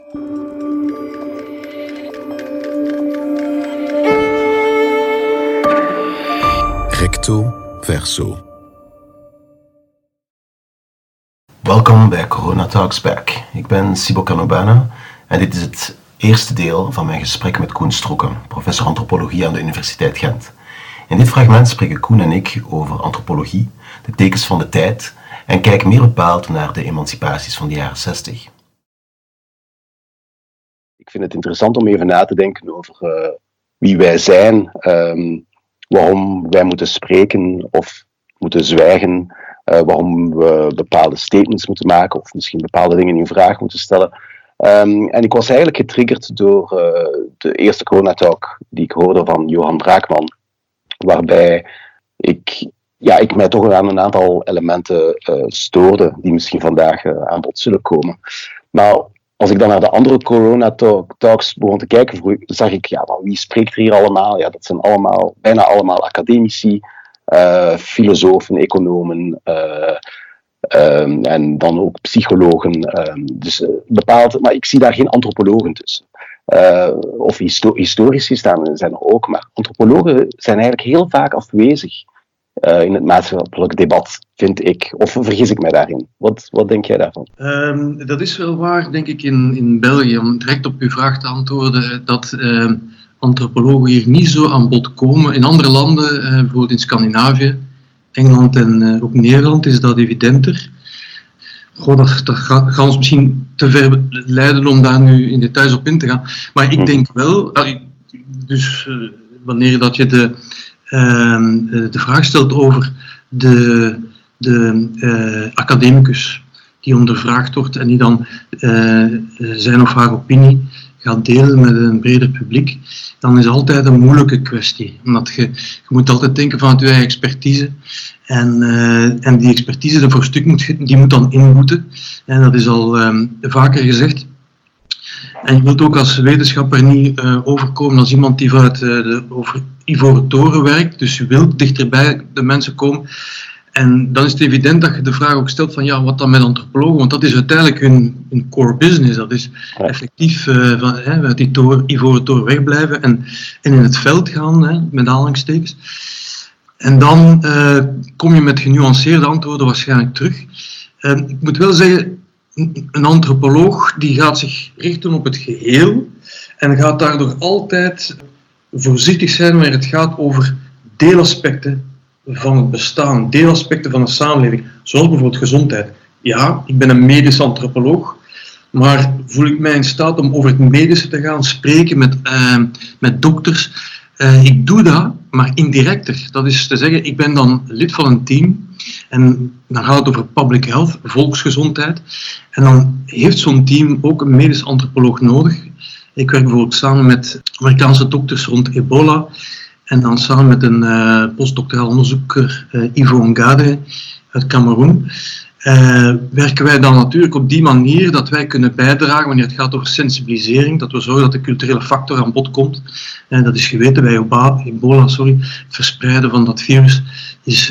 Recto verso. Welkom bij Corona Talks Back. Ik ben Sibo Canobana en dit is het eerste deel van mijn gesprek met Koen Strokken, professor antropologie aan de Universiteit Gent. In dit fragment spreken Koen en ik over antropologie, de tekens van de tijd en kijken meer bepaald naar de emancipaties van de jaren 60. Ik vind het interessant om even na te denken over wie wij zijn, waarom wij moeten spreken of moeten zwijgen, waarom we bepaalde statements moeten maken of misschien bepaalde dingen in vraag moeten stellen. En ik was eigenlijk getriggerd door de eerste coronatalk die ik hoorde van Johan Braakman, waarbij ik mij toch aan een aantal elementen stoorde die misschien vandaag aan bod zullen komen. Maar als ik dan naar de andere coronatalks begon te kijken, zag ik, wie spreekt er hier allemaal? Ja, dat zijn bijna allemaal academici, filosofen, economen en dan ook psychologen. Dus bepaald, maar ik zie daar geen antropologen tussen. Of historici zijn er ook, maar antropologen zijn eigenlijk heel vaak afwezig in het maatschappelijk debat, vind ik. Of vergis ik mij daarin? Wat denk jij daarvan? Dat is wel waar, denk ik, in België. Om direct op uw vraag te antwoorden, dat antropologen hier niet zo aan bod komen. In andere landen, bijvoorbeeld in Scandinavië, Engeland en ook Nederland, is dat evidenter. Dat gaat ons misschien te ver leiden om daar nu in details op in te gaan. Maar ik denk wel, dus wanneer dat je de vraag stelt over de academicus die ondervraagd wordt en die dan zijn of haar opinie gaat delen met een breder publiek, dan is het altijd een moeilijke kwestie. Omdat je moet altijd denken vanuit je eigen expertise. En die expertise die voor stuk moet dan inboeten. En dat is al vaker gezegd. En je wilt ook als wetenschapper niet overkomen als iemand die vanuit de Ivoren Toren werkt. Dus je wilt dichter bij de mensen komen. En dan is het evident dat je de vraag ook stelt van wat dan met antropologen? Want dat is uiteindelijk hun core business. Dat is effectief vanuit die Ivoren Toren wegblijven en in het veld gaan, met aanhalingstekens. En dan kom je met genuanceerde antwoorden waarschijnlijk terug. Ik moet wel zeggen, een antropoloog die gaat zich richten op het geheel en gaat daardoor altijd voorzichtig zijn wanneer het gaat over deelaspecten van het bestaan, deelaspecten van de samenleving, zoals bijvoorbeeld gezondheid. Ja, ik ben een medisch antropoloog, maar voel ik mij in staat om over het medische te gaan spreken met dokters? Ik doe dat, maar indirecter. Dat is te zeggen, ik ben dan lid van een team en dan gaat het over public health, volksgezondheid. En dan heeft zo'n team ook een medisch antropoloog nodig. Ik werk bijvoorbeeld samen met Amerikaanse dokters rond ebola en dan samen met een postdoctoraal onderzoeker, Ivo Ngade uit Cameroen. Werken wij dan natuurlijk op die manier dat wij kunnen bijdragen wanneer het gaat over sensibilisering, dat we zorgen dat de culturele factor aan bod komt. En dat is geweten bij ebola, het verspreiden van dat virus is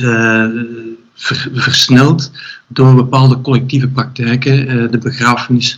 versneld door bepaalde collectieve praktijken, de begrafenis,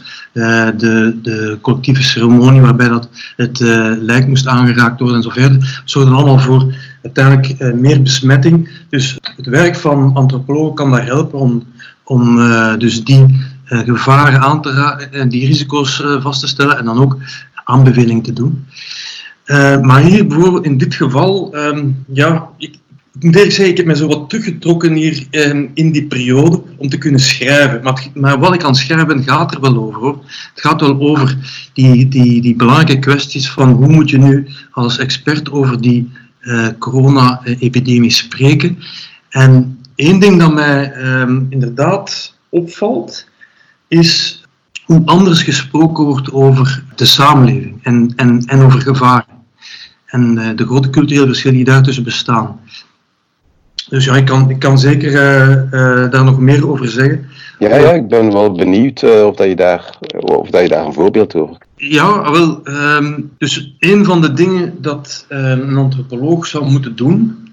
de collectieve ceremonie waarbij dat het lijk moest aangeraakt worden en zo verder, zorgen allemaal voor uiteindelijk meer besmetting. Dus het werk van antropologen kan daar helpen om dus die gevaren aan te raken en die risico's vast te stellen en dan ook aanbeveling te doen. Maar hier bijvoorbeeld in dit geval, ik moet eerlijk zeggen, ik heb me zo wat teruggetrokken hier in die periode om te kunnen schrijven. Maar wat ik aan het schrijven ben, gaat er wel over, hoor. Het gaat wel over die belangrijke kwesties van hoe moet je nu als expert over die corona-epidemie spreken. En één ding dat mij inderdaad opvalt, is hoe anders gesproken wordt over de samenleving en over gevaren. En de grote culturele verschillen die daartussen bestaan. Dus ja, ik kan zeker daar nog meer over zeggen. Ja, ik ben wel benieuwd of dat je daar een voorbeeld over. Ja, wel. Dus een van de dingen dat een antropoloog zou moeten doen,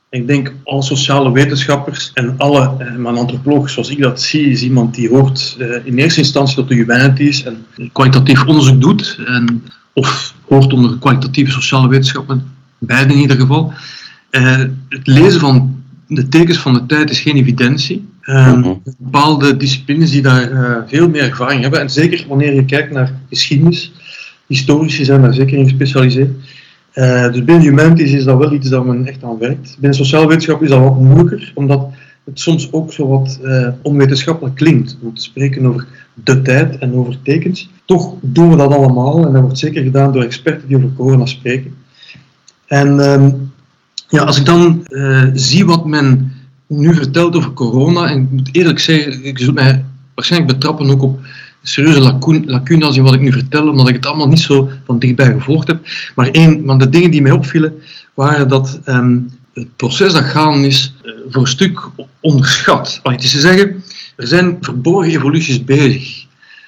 Ik denk alle sociale wetenschappers en maar een antropoloog zoals ik dat zie, is iemand die hoort in eerste instantie tot de humanities en kwalitatief onderzoek doet, of hoort onder kwalitatieve sociale wetenschappen, beide in ieder geval. Het lezen van de tekens van de tijd is geen evidentie. Bepaalde disciplines die daar veel meer ervaring hebben, en zeker wanneer je kijkt naar geschiedenis, historici zijn daar zeker in gespecialiseerd. Dus binnen humanities is dat wel iets dat men echt aan werkt. Binnen sociale wetenschap is dat wat moeilijker, omdat het soms ook zo wat onwetenschappelijk klinkt om te spreken over de tijd en over tekens. Toch doen we dat allemaal, en dat wordt zeker gedaan door experten die over corona spreken. En als ik dan zie wat men nu vertelt over corona, en ik moet eerlijk zeggen, ik zult mij waarschijnlijk betrappen ook op serieuze lacunes in wat ik nu vertel, omdat ik het allemaal niet zo van dichtbij gevolgd heb. Maar een van de dingen die mij opvielen, waren dat het proces dat gaande is voor een stuk onderschat. Het is te zeggen, er zijn verborgen evoluties bezig.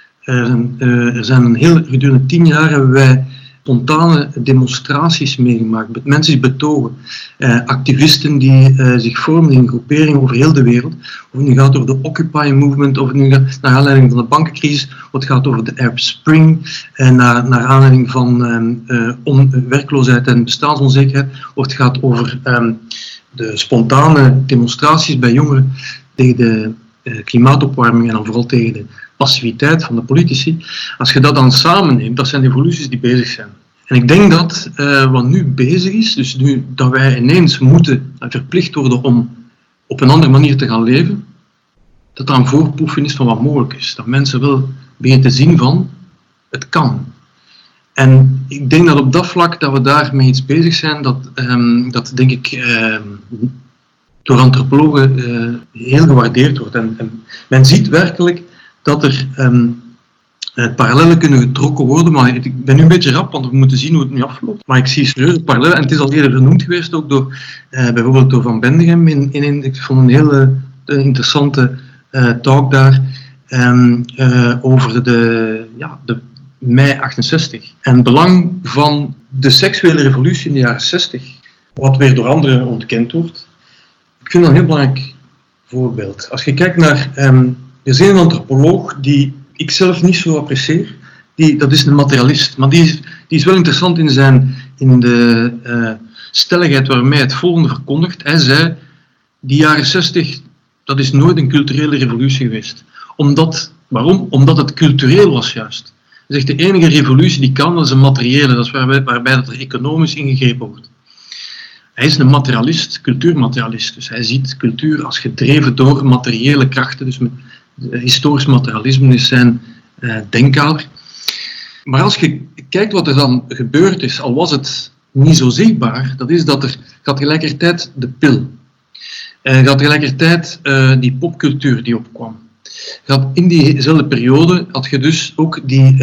Er zijn gedurende 10 jaar hebben wij spontane demonstraties meegemaakt, met mensen die betogen, activisten die zich vormen in groeperingen over heel de wereld. Of het nu gaat over de Occupy Movement, of het nu gaat naar aanleiding van de bankencrisis, of het gaat over de Arab Spring, naar aanleiding van werkloosheid en bestaansonzekerheid, of het gaat over de spontane demonstraties bij jongeren tegen de klimaatopwarming en dan vooral tegen de passiviteit van de politici. Als je dat dan samenneemt, dat zijn evoluties die bezig zijn. En ik denk dat wat nu bezig is, dus nu dat wij ineens moeten verplicht worden om op een andere manier te gaan leven, dat dat een voorproefje is van wat mogelijk is. Dat mensen wel beginnen te zien van, het kan. En ik denk dat op dat vlak dat we daarmee iets bezig zijn, dat denk ik door antropologen heel gewaardeerd wordt. En men ziet werkelijk dat er parallellen kunnen getrokken worden, maar ik ben nu een beetje rap, want we moeten zien hoe het nu afloopt. Maar ik zie serieuze parallellen, en het is al eerder genoemd geweest, ook door bijvoorbeeld door Van Bendegem ik vond een hele interessante talk daar over de mei 68 en het belang van de seksuele revolutie in de jaren 60, wat weer door anderen ontkend wordt. Ik vind dat een heel belangrijk voorbeeld. Als je kijkt naar er is een antropoloog die ik zelf niet zo apprecieer, dat is een materialist, maar die is wel interessant in de stelligheid waarmee hij het volgende verkondigt. Hij zei, die jaren 60, dat is nooit een culturele revolutie geweest. Waarom? Omdat het cultureel was juist. Hij zegt, de enige revolutie die kan, dat is een materiële, dat is waarbij dat er economisch ingegrepen wordt. Hij is een materialist, cultuurmaterialist, dus hij ziet cultuur als gedreven door materiële krachten, dus historisch materialisme is zijn denkkader. Maar als je kijkt wat er dan gebeurd is, al was het niet zo zichtbaar, dat is dat er gaat tegelijkertijd de pil. Gaat tegelijkertijd die popcultuur die opkwam. In diezelfde periode had je dus ook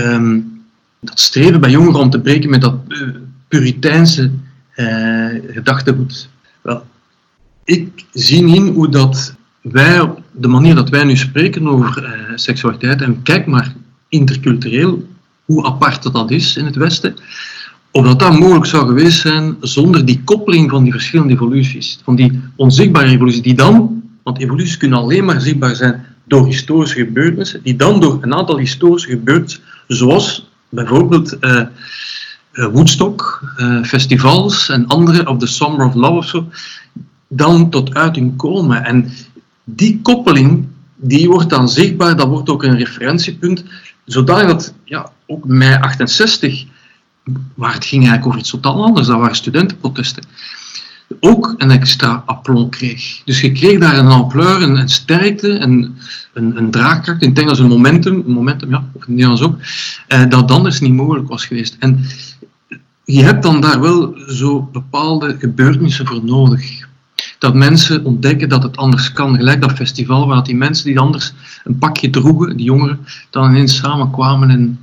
dat streven bij jongeren om te breken met dat puriteinse gedachtegoed. Wel, ik zie niet in hoe dat wij, op de manier dat wij nu spreken over seksualiteit, en kijk maar intercultureel, hoe apart dat is in het Westen, of dat mogelijk zou geweest zijn zonder die koppeling van die verschillende evoluties, van die onzichtbare evoluties, want evoluties kunnen alleen maar zichtbaar zijn door historische gebeurtenissen, die dan door een aantal historische gebeurtenissen, zoals bijvoorbeeld Woodstock, festivals en andere, of The Summer of Love of zo, dan tot uiting komen. En die koppeling, die wordt dan zichtbaar, dat wordt ook een referentiepunt, zodanig dat, ook mei 68, waar het ging eigenlijk over iets totaal anders, dat waren studentenprotesten, ook een extra aplomb kreeg. Dus je kreeg daar een ampleur, een sterkte, een draagkracht, in het Engels een momentum, of in het Nederlands ook, dat anders niet mogelijk was geweest. En je hebt dan daar wel zo bepaalde gebeurtenissen voor nodig. Dat mensen ontdekken dat het anders kan. Gelijk dat festival waar die mensen die anders een pakje droegen, die jongeren, dan ineens samenkwamen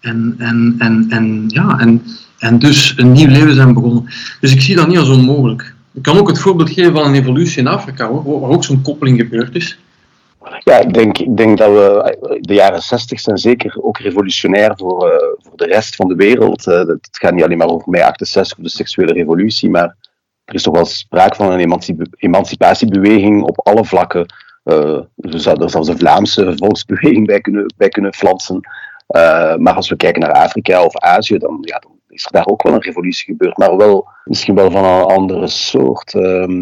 en dus een nieuw leven zijn begonnen. Dus ik zie dat niet als onmogelijk. Ik kan ook het voorbeeld geven van een evolutie in Afrika, hoor, waar ook zo'n koppeling gebeurd is. Ja, ik denk dat de jaren 60 zijn zeker ook revolutionair voor de rest van de wereld. Het gaat niet alleen maar over mei 68 of de seksuele revolutie, maar er is toch wel sprake van een emancipatiebeweging op alle vlakken. Er zou zelfs een Vlaamse volksbeweging bij kunnen flansen. Maar als we kijken naar Afrika of Azië, dan is er daar ook wel een revolutie gebeurd, maar wel misschien wel van een andere soort.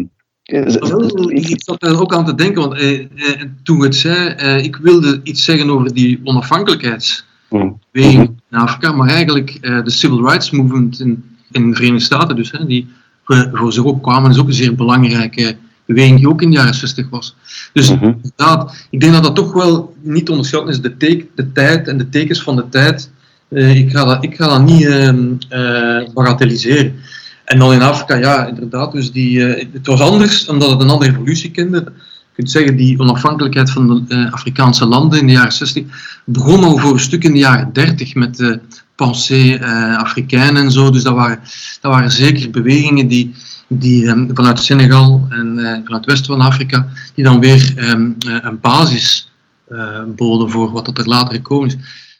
Ik zat er ook aan te denken, want toen je het zei, ik wilde iets zeggen over die onafhankelijkheidsbeweging in Afrika, maar eigenlijk de Civil Rights Movement in de Verenigde Staten, dus, die voor zich opkwamen, is ook een zeer belangrijke beweging die ook in de jaren 60 was. Dus inderdaad, ik denk dat dat toch wel niet onderschatten is, de tijd en de tekens van de tijd. Ik ga dat niet bagatelliseren. En dan in Afrika, ja, inderdaad, dus het was anders, omdat het een andere evolutie kende. Je kunt zeggen, die onafhankelijkheid van de Afrikaanse landen in de jaren 60 begon al voor een stuk in de jaren 30 met de pensée africaine en zo. Dus dat waren zeker bewegingen die vanuit Senegal en vanuit het westen van Afrika, die dan weer een basis boden voor wat er later gekomen is.